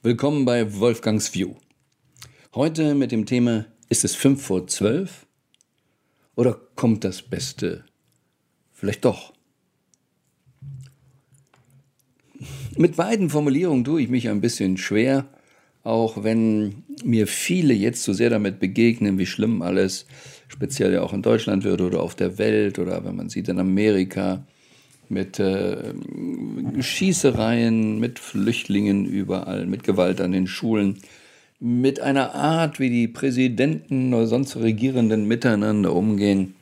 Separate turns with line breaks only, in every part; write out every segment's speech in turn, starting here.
Willkommen bei Wolfgangs View. Heute mit dem Thema: Ist es 11:55 oder kommt das Beste vielleicht doch? Mit beiden Formulierungen tue ich mich ein bisschen schwer, auch wenn mir viele jetzt so sehr damit begegnen, wie schlimm alles, speziell ja auch in Deutschland wird oder auf der Welt oder wenn man sieht in Amerika, mit Schießereien, mit Flüchtlingen überall, mit Gewalt an den Schulen, mit einer Art, wie die Präsidenten oder sonst Regierenden miteinander umgehen.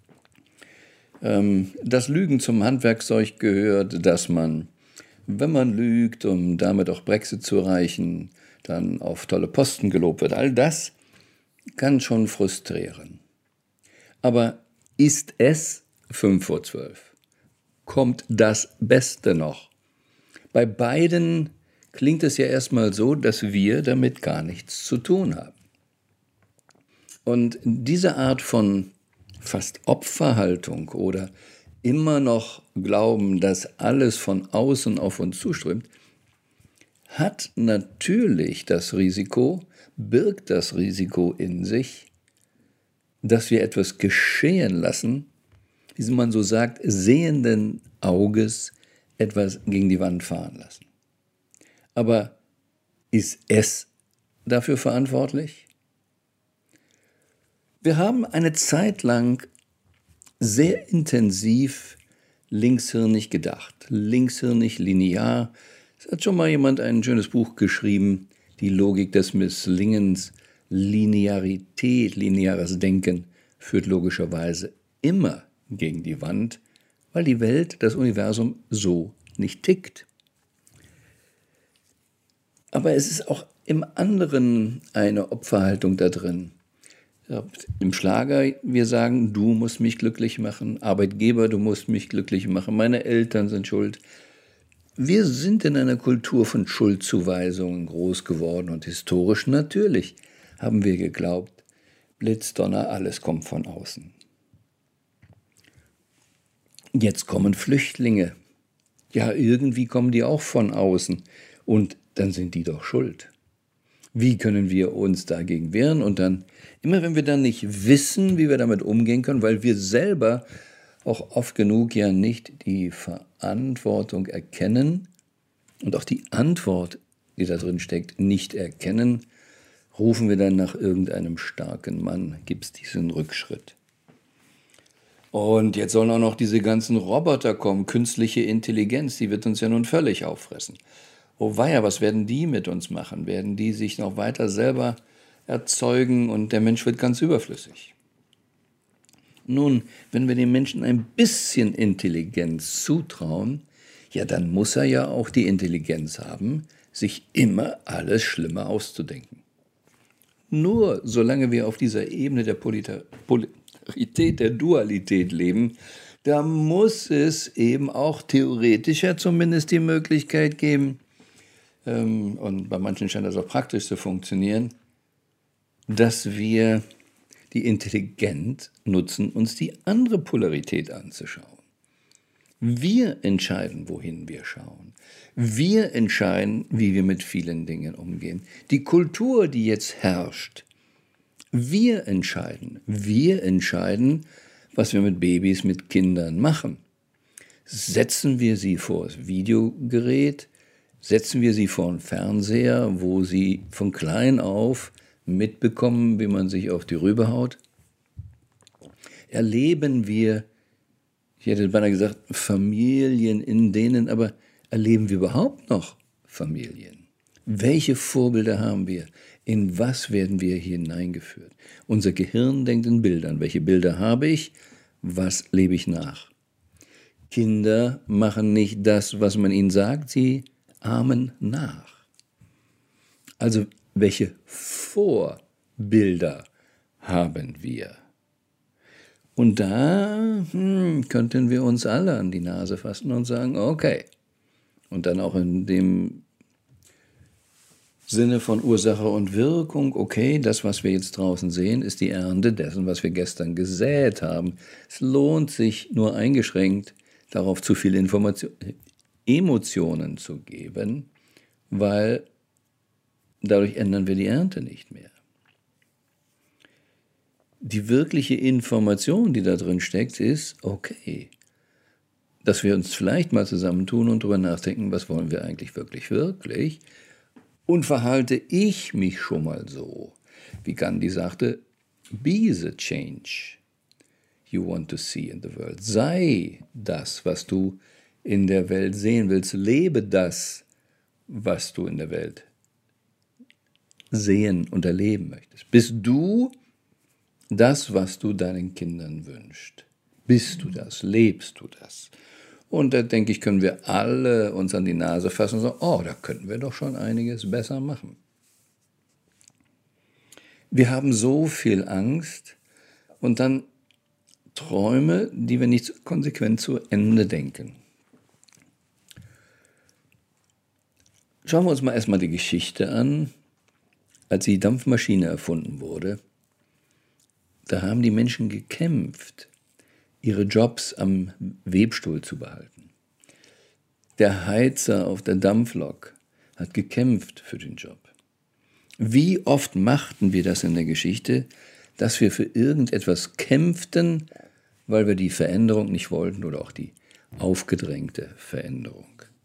Dass Lügen zum Handwerkszeug gehört, dass man, wenn man lügt, um damit auch Brexit zu erreichen, dann auf tolle Posten gelobt wird. All das kann schon frustrieren. Aber ist es 11:55? Kommt das Beste noch? Bei beiden klingt es ja erstmal so, dass wir damit gar nichts zu tun haben. Und diese Art von fast Opferhaltung oder immer noch glauben, dass alles von außen auf uns zuströmt, hat natürlich das Risiko, birgt das Risiko in sich, dass wir etwas geschehen lassen, wie man so sagt, sehenden Auges etwas gegen die Wand fahren lassen. Aber ist es dafür verantwortlich? Wir haben eine Zeit lang sehr intensiv linkshirnig gedacht, linkshirnig, linear. Es hat schon mal jemand ein schönes Buch geschrieben, Die Logik des Misslingens. Linearität, lineares Denken führt logischerweise immer gegen die Wand, weil die Welt, das Universum so nicht tickt. Aber es ist auch im anderen eine Opferhaltung da drin. Im Schlager, wir sagen, du musst mich glücklich machen, Arbeitgeber, du musst mich glücklich machen, meine Eltern sind schuld. Wir sind in einer Kultur von Schuldzuweisungen groß geworden und historisch natürlich haben wir geglaubt, Blitz, Donner, alles kommt von außen. Jetzt kommen Flüchtlinge. Ja, irgendwie kommen die auch von außen. Und dann sind die doch schuld. Wie können wir uns dagegen wehren? Und dann, immer wenn wir dann nicht wissen, wie wir damit umgehen können, weil wir selber auch oft genug ja nicht die Verantwortung erkennen und auch die Antwort, die da drin steckt, nicht erkennen, rufen wir dann nach irgendeinem starken Mann, gibt es diesen Rückschritt. Und jetzt sollen auch noch diese ganzen Roboter kommen, künstliche Intelligenz, die wird uns ja nun völlig auffressen. Oh weia, was werden die mit uns machen? Werden die sich noch weiter selber erzeugen und der Mensch wird ganz überflüssig? Nun, wenn wir dem Menschen ein bisschen Intelligenz zutrauen, ja, dann muss er ja auch die Intelligenz haben, sich immer alles Schlimme auszudenken. Nur solange wir auf dieser Ebene der Polarität, der Dualität leben, da muss es eben auch theoretisch ja zumindest die Möglichkeit geben, und bei manchen scheint das auch praktisch zu funktionieren, dass wir die Intelligenz nutzen, uns die andere Polarität anzuschauen. Wir entscheiden, wohin wir schauen. Wir entscheiden, wie wir mit vielen Dingen umgehen. Die Kultur, die jetzt herrscht, wir entscheiden, was wir mit Babys, mit Kindern machen. Setzen wir sie vor das Videogerät, setzen wir sie vor den Fernseher, wo sie von klein auf mitbekommen, wie man sich auf die Rübe haut? Erleben wir, ich hätte beinahe gesagt, Familien in denen, aber erleben wir überhaupt noch Familien? Welche Vorbilder haben wir? In was werden wir hineingeführt? Unser Gehirn denkt in Bildern. Welche Bilder habe ich? Was lebe ich nach? Kinder machen nicht das, was man ihnen sagt, sie ahmen nach. Also welche Vorbilder haben wir? Und da könnten wir uns alle an die Nase fassen und sagen, okay. Und dann auch in dem Sinne von Ursache und Wirkung, okay, das, was wir jetzt draußen sehen, ist die Ernte dessen, was wir gestern gesät haben. Es lohnt sich nur eingeschränkt, darauf zu viele Emotionen zu geben, weil dadurch ändern wir die Ernte nicht mehr. Die wirkliche Information, die da drin steckt, ist, okay, dass wir uns vielleicht mal zusammentun und darüber nachdenken, was wollen wir eigentlich wirklich, wirklich? Und verhalte ich mich schon mal so, wie Gandhi sagte, be the change you want to see in the world. Sei das, was du in der Welt sehen willst. Lebe das, was du in der Welt sehen und erleben möchtest. Bist du das, was du deinen Kindern wünschst? Bist du das? Lebst du das? Und da denke ich, können wir alle uns an die Nase fassen und sagen, oh, da könnten wir doch schon einiges besser machen. Wir haben so viel Angst und dann Träume, die wir nicht konsequent zu Ende denken. Schauen wir uns mal erstmal die Geschichte an. Als die Dampfmaschine erfunden wurde, da haben die Menschen gekämpft, ihre Jobs am Webstuhl zu behalten. Der Heizer auf der Dampflok hat gekämpft für den Job. Wie oft machten wir das in der Geschichte, dass wir für irgendetwas kämpften, weil wir die Veränderung nicht wollten oder auch die aufgedrängte Veränderung.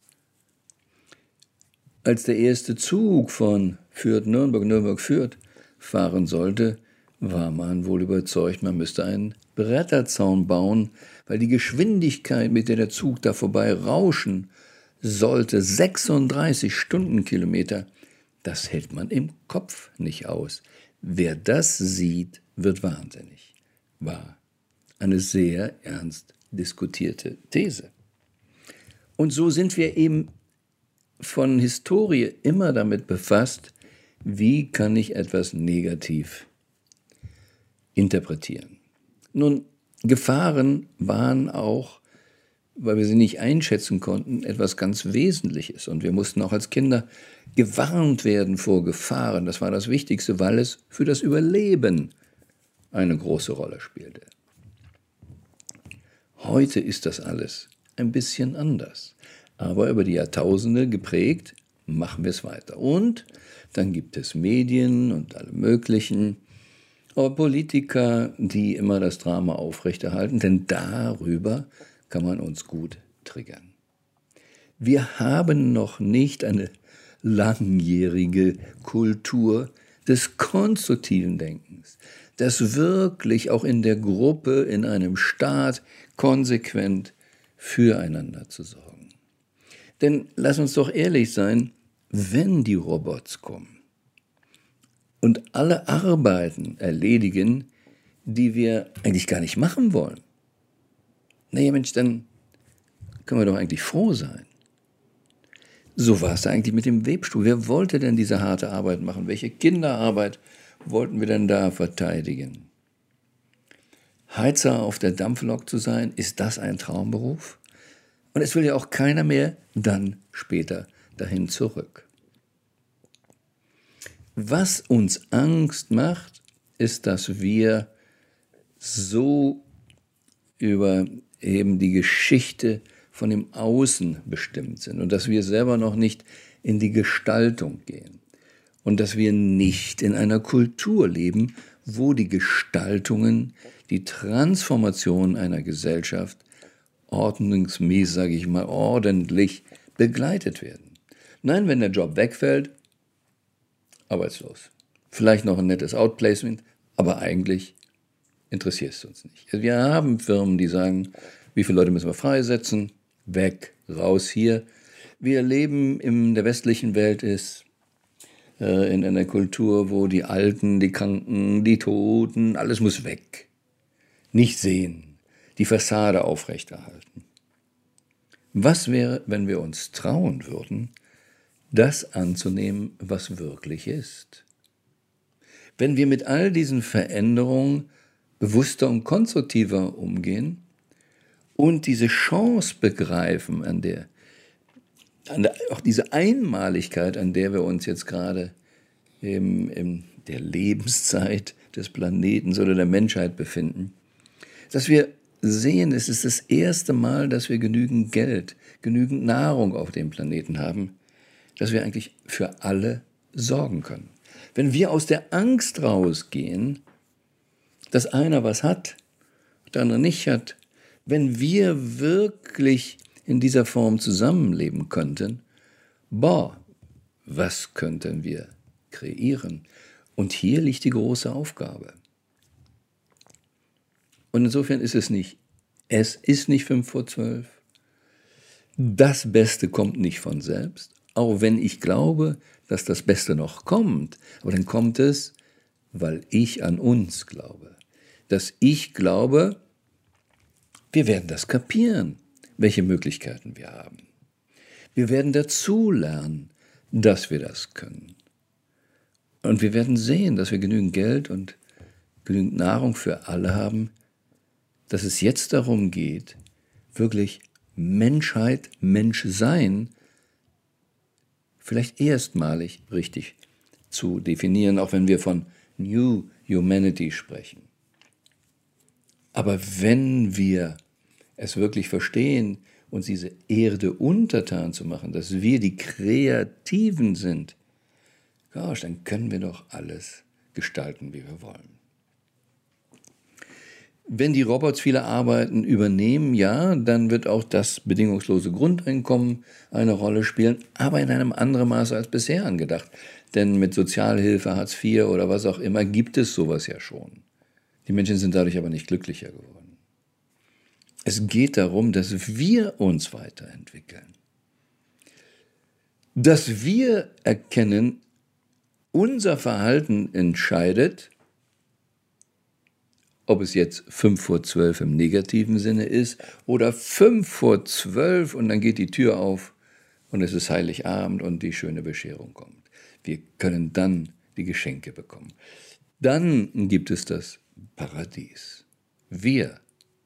Als der erste Zug von Fürth-Nürnberg, Nürnberg-Fürth fahren sollte, war man wohl überzeugt, man müsste einen Bretterzaun bauen, weil die Geschwindigkeit, mit der der Zug da vorbei rauschen sollte, 36 Stundenkilometer, das hält man im Kopf nicht aus. Wer das sieht, wird wahnsinnig. War eine sehr ernst diskutierte These. Und so sind wir eben von Historie immer damit befasst, wie kann ich etwas negativ interpretieren. Nun, Gefahren waren auch, weil wir sie nicht einschätzen konnten, etwas ganz Wesentliches. Und wir mussten auch als Kinder gewarnt werden vor Gefahren. Das war das Wichtigste, weil es für das Überleben eine große Rolle spielte. Heute ist das alles ein bisschen anders. Aber über die Jahrtausende geprägt, machen wir es weiter. Und dann gibt es Medien und alle möglichen Politiker, die immer das Drama aufrechterhalten, denn darüber kann man uns gut triggern. Wir haben noch nicht eine langjährige Kultur des konstruktiven Denkens, das wirklich auch in der Gruppe, in einem Staat konsequent füreinander zu sorgen. Denn lass uns doch ehrlich sein, wenn die Robots kommen und alle Arbeiten erledigen, die wir eigentlich gar nicht machen wollen, naja Mensch, dann können wir doch eigentlich froh sein. So war es da eigentlich mit dem Webstuhl. Wer wollte denn diese harte Arbeit machen? Welche Kinderarbeit wollten wir denn da verteidigen? Heizer auf der Dampflok zu sein, ist das ein Traumberuf? Und es will ja auch keiner mehr dann später dahin zurück. Was uns Angst macht, ist, dass wir so über eben die Geschichte von dem Außen bestimmt sind und dass wir selber noch nicht in die Gestaltung gehen und dass wir nicht in einer Kultur leben, wo die Gestaltungen, die Transformation einer Gesellschaft ordnungsmäßig, sage ich mal, ordentlich begleitet werden. Nein, wenn der Job wegfällt, arbeitslos. Vielleicht noch ein nettes Outplacement, aber eigentlich interessiert es uns nicht. Wir haben Firmen, die sagen, wie viele Leute müssen wir freisetzen? Weg, raus hier. Wir leben in der westlichen Welt in einer Kultur, wo die Alten, die Kranken, die Toten, alles muss weg. Nicht sehen, die Fassade aufrechterhalten. Was wäre, wenn wir uns trauen würden, das anzunehmen, was wirklich ist? Wenn wir mit all diesen Veränderungen bewusster und konstruktiver umgehen und diese Chance begreifen, auch diese Einmaligkeit, an der wir uns jetzt gerade in der Lebenszeit des Planeten oder der Menschheit befinden, dass wir sehen, es ist das erste Mal, dass wir genügend Geld, genügend Nahrung auf dem Planeten haben, dass wir eigentlich für alle sorgen können. Wenn wir aus der Angst rausgehen, dass einer was hat, der andere nicht hat, wenn wir wirklich in dieser Form zusammenleben könnten, was könnten wir kreieren? Und hier liegt die große Aufgabe. Und insofern ist es nicht 5:12. Das Beste kommt nicht von selbst, auch wenn ich glaube, dass das Beste noch kommt. Aber dann kommt es, weil ich an uns glaube. Dass ich glaube, wir werden das kapieren, welche Möglichkeiten wir haben. Wir werden dazulernen, dass wir das können. Und wir werden sehen, dass wir genügend Geld und genügend Nahrung für alle haben, dass es jetzt darum geht, wirklich Menschheit, Menschsein vielleicht erstmalig richtig zu definieren, auch wenn wir von New Humanity sprechen. Aber wenn wir es wirklich verstehen, uns diese Erde untertan zu machen, dass wir die Kreativen sind, gosh, dann können wir doch alles gestalten, wie wir wollen. Wenn die Robots viele Arbeiten übernehmen, ja, dann wird auch das bedingungslose Grundeinkommen eine Rolle spielen, aber in einem anderen Maße als bisher angedacht. Denn mit Sozialhilfe, Hartz IV oder was auch immer gibt es sowas ja schon. Die Menschen sind dadurch aber nicht glücklicher geworden. Es geht darum, dass wir uns weiterentwickeln. Dass wir erkennen, unser Verhalten entscheidet, ob es jetzt 5:12 im negativen Sinne ist oder 5:12 und dann geht die Tür auf und es ist Heiligabend und die schöne Bescherung kommt. Wir können dann die Geschenke bekommen. Dann gibt es das Paradies. Wir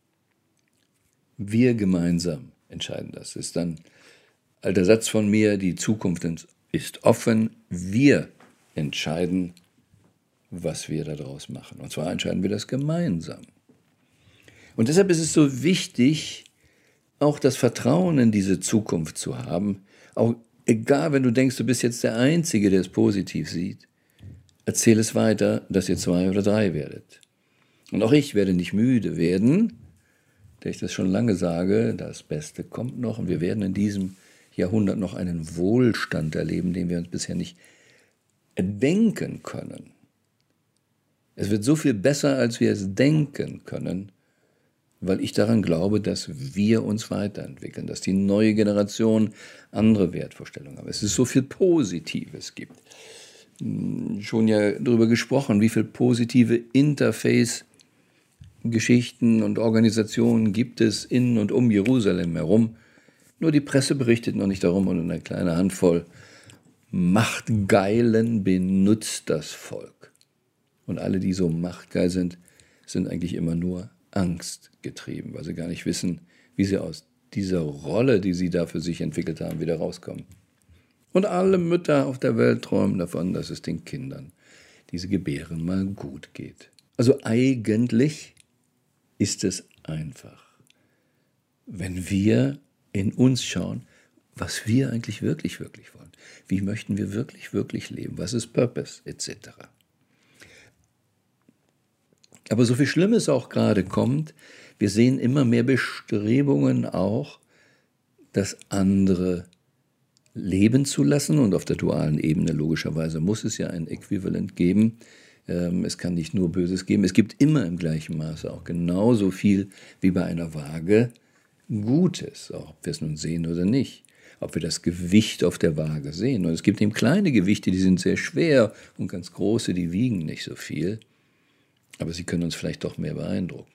gemeinsam entscheiden das. Ist dann alter Satz von mir, die Zukunft ist offen. Wir entscheiden, was wir daraus machen. Und zwar entscheiden wir das gemeinsam. Und deshalb ist es so wichtig, auch das Vertrauen in diese Zukunft zu haben. Auch egal, wenn du denkst, du bist jetzt der Einzige, der es positiv sieht. Erzähl es weiter, dass ihr 2 oder 3 werdet. Und auch ich werde nicht müde werden, der ich das schon lange sage, das Beste kommt noch und wir werden in diesem Jahrhundert noch einen Wohlstand erleben, den wir uns bisher nicht denken können. Es wird so viel besser, als wir es denken können, weil ich daran glaube, dass wir uns weiterentwickeln, dass die neue Generation andere Wertvorstellungen hat. Es ist so viel Positives gibt. Schon ja darüber gesprochen, wie viel positive Interface-Geschichten und Organisationen gibt es in und um Jerusalem herum. Nur die Presse berichtet noch nicht darum und eine kleine Handvoll Machtgeilen benutzt das Volk. Und alle, die so machtgeil sind, sind eigentlich immer nur angstgetrieben, weil sie gar nicht wissen, wie sie aus dieser Rolle, die sie da für sich entwickelt haben, wieder rauskommen. Und alle Mütter auf der Welt träumen davon, dass es den Kindern, die sie gebären, mal gut geht. Also eigentlich ist es einfach, wenn wir in uns schauen, was wir eigentlich wirklich wollen. Wie möchten wir wirklich leben? Was ist Purpose etc. Aber so viel Schlimmes auch gerade kommt, wir sehen immer mehr Bestrebungen auch, das andere leben zu lassen. Und auf der dualen Ebene logischerweise muss es ja ein Äquivalent geben. Es kann nicht nur Böses geben. Es gibt immer im gleichen Maße auch genauso viel wie bei einer Waage Gutes, auch ob wir es nun sehen oder nicht. Ob wir das Gewicht auf der Waage sehen. Und es gibt eben kleine Gewichte, die sind sehr schwer und ganz große, die wiegen nicht so viel. Aber sie können uns vielleicht doch mehr beeindrucken.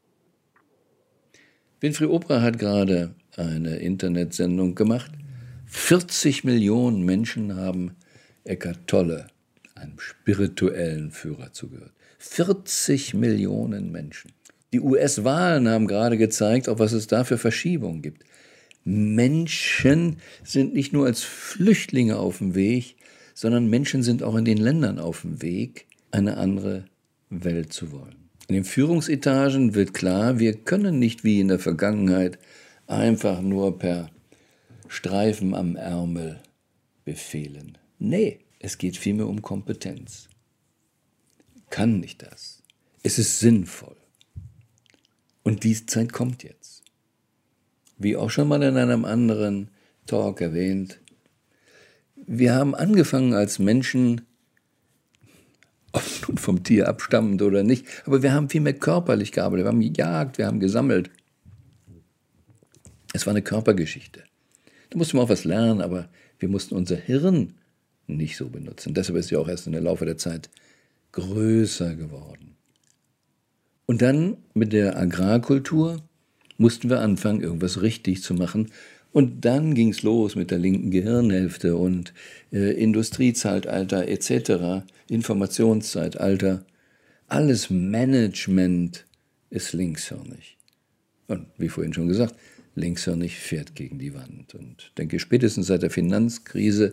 Winfried Oprah hat gerade eine Internetsendung gemacht. 40 Millionen Menschen haben Eckhart Tolle, einem spirituellen Führer, zugehört. 40 Millionen Menschen. Die US-Wahlen haben gerade gezeigt, auch was es da für Verschiebungen gibt. Menschen sind nicht nur als Flüchtlinge auf dem Weg, sondern Menschen sind auch in den Ländern auf dem Weg, eine andere Welt zu wollen. In den Führungsetagen wird klar, wir können nicht wie in der Vergangenheit einfach nur per Streifen am Ärmel befehlen. Nee, Es geht vielmehr um Kompetenz. Kann ich das? Es ist sinnvoll. Und diese Zeit kommt jetzt. Wie auch schon mal in einem anderen Talk erwähnt, wir haben angefangen als Menschen, ob nun vom Tier abstammend oder nicht, aber wir haben viel mehr körperlich gearbeitet, wir haben gejagt, wir haben gesammelt. Es war eine Körpergeschichte. Da mussten wir auch was lernen, aber wir mussten unser Hirn nicht so benutzen. Deshalb ist ja auch erst in der Laufe der Zeit größer geworden. Und dann mit der Agrarkultur mussten wir anfangen, irgendwas richtig zu machen. Und dann ging es los mit der linken Gehirnhälfte und Industriezeitalter etc., Informationszeitalter. Alles Management ist linkshirnig. Und wie vorhin schon gesagt, linkshirnig fährt gegen die Wand. Und ich denke, spätestens seit der Finanzkrise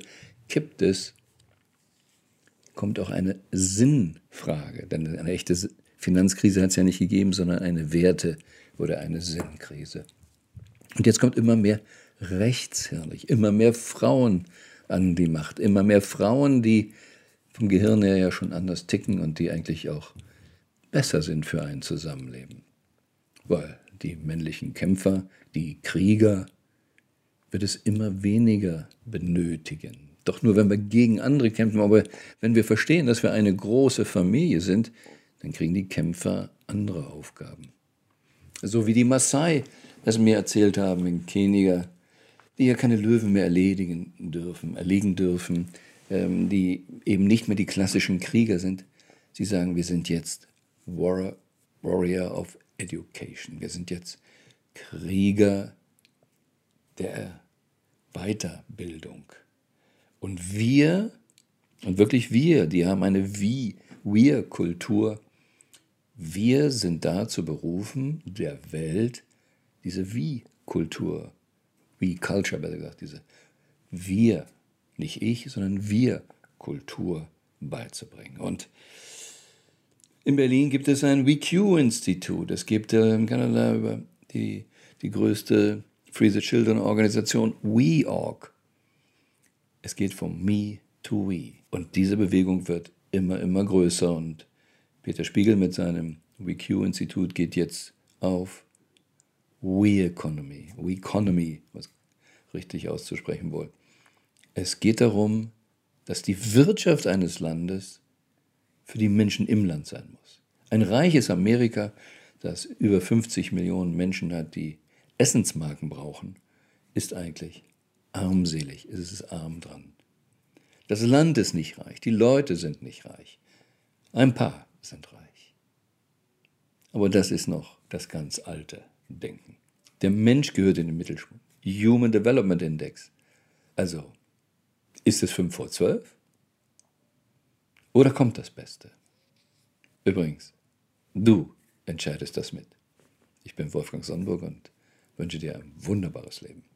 kommt auch eine Sinnfrage. Denn eine echte Finanzkrise hat es ja nicht gegeben, sondern eine Werte- oder eine Sinnkrise. Und jetzt kommt immer mehr rechtshirnig, immer mehr Frauen an die Macht, immer mehr Frauen, die vom Gehirn her ja schon anders ticken und die eigentlich auch besser sind für ein Zusammenleben. Weil die männlichen Kämpfer, die Krieger, wird es immer weniger benötigen. Doch nur, wenn wir gegen andere kämpfen, aber wenn wir verstehen, dass wir eine große Familie sind, dann kriegen die Kämpfer andere Aufgaben. So wie die Maasai das mir erzählt haben in Kenia, die ja keine Löwen mehr erlegen dürfen, die eben nicht mehr die klassischen Krieger sind. Sie sagen, wir sind jetzt Warrior of Education. Wir sind jetzt Krieger der Weiterbildung. Und wir, und wirklich wir, die haben eine Wir-Kultur. Wir sind dazu berufen, der Welt diese We-Kultur, We-Culture besser gesagt, diese Wir, nicht ich, sondern Wir-Kultur beizubringen. Und in Berlin gibt es ein WeQ-Institut. Es gibt in Kanada über die größte Free the Children-Organisation WeOrg. Es geht vom Me to We. Und diese Bewegung wird immer größer. Und Peter Spiegel mit seinem WeQ-Institut geht jetzt auf We-Economy, was richtig auszusprechen wohl. Es geht darum, dass die Wirtschaft eines Landes für die Menschen im Land sein muss. Ein reiches Amerika, das über 50 Millionen Menschen hat, die Essensmarken brauchen, ist eigentlich armselig, es ist arm dran. Das Land ist nicht reich, die Leute sind nicht reich. Ein paar sind reich. Aber das ist noch das ganz alte Denken. Der Mensch gehört in den Mittelpunkt. Human Development Index. Also, ist es 5 vor 12? Oder kommt das Beste? Übrigens, du entscheidest das mit. Ich bin Wolfgang Sonnenburg und wünsche dir ein wunderbares Leben.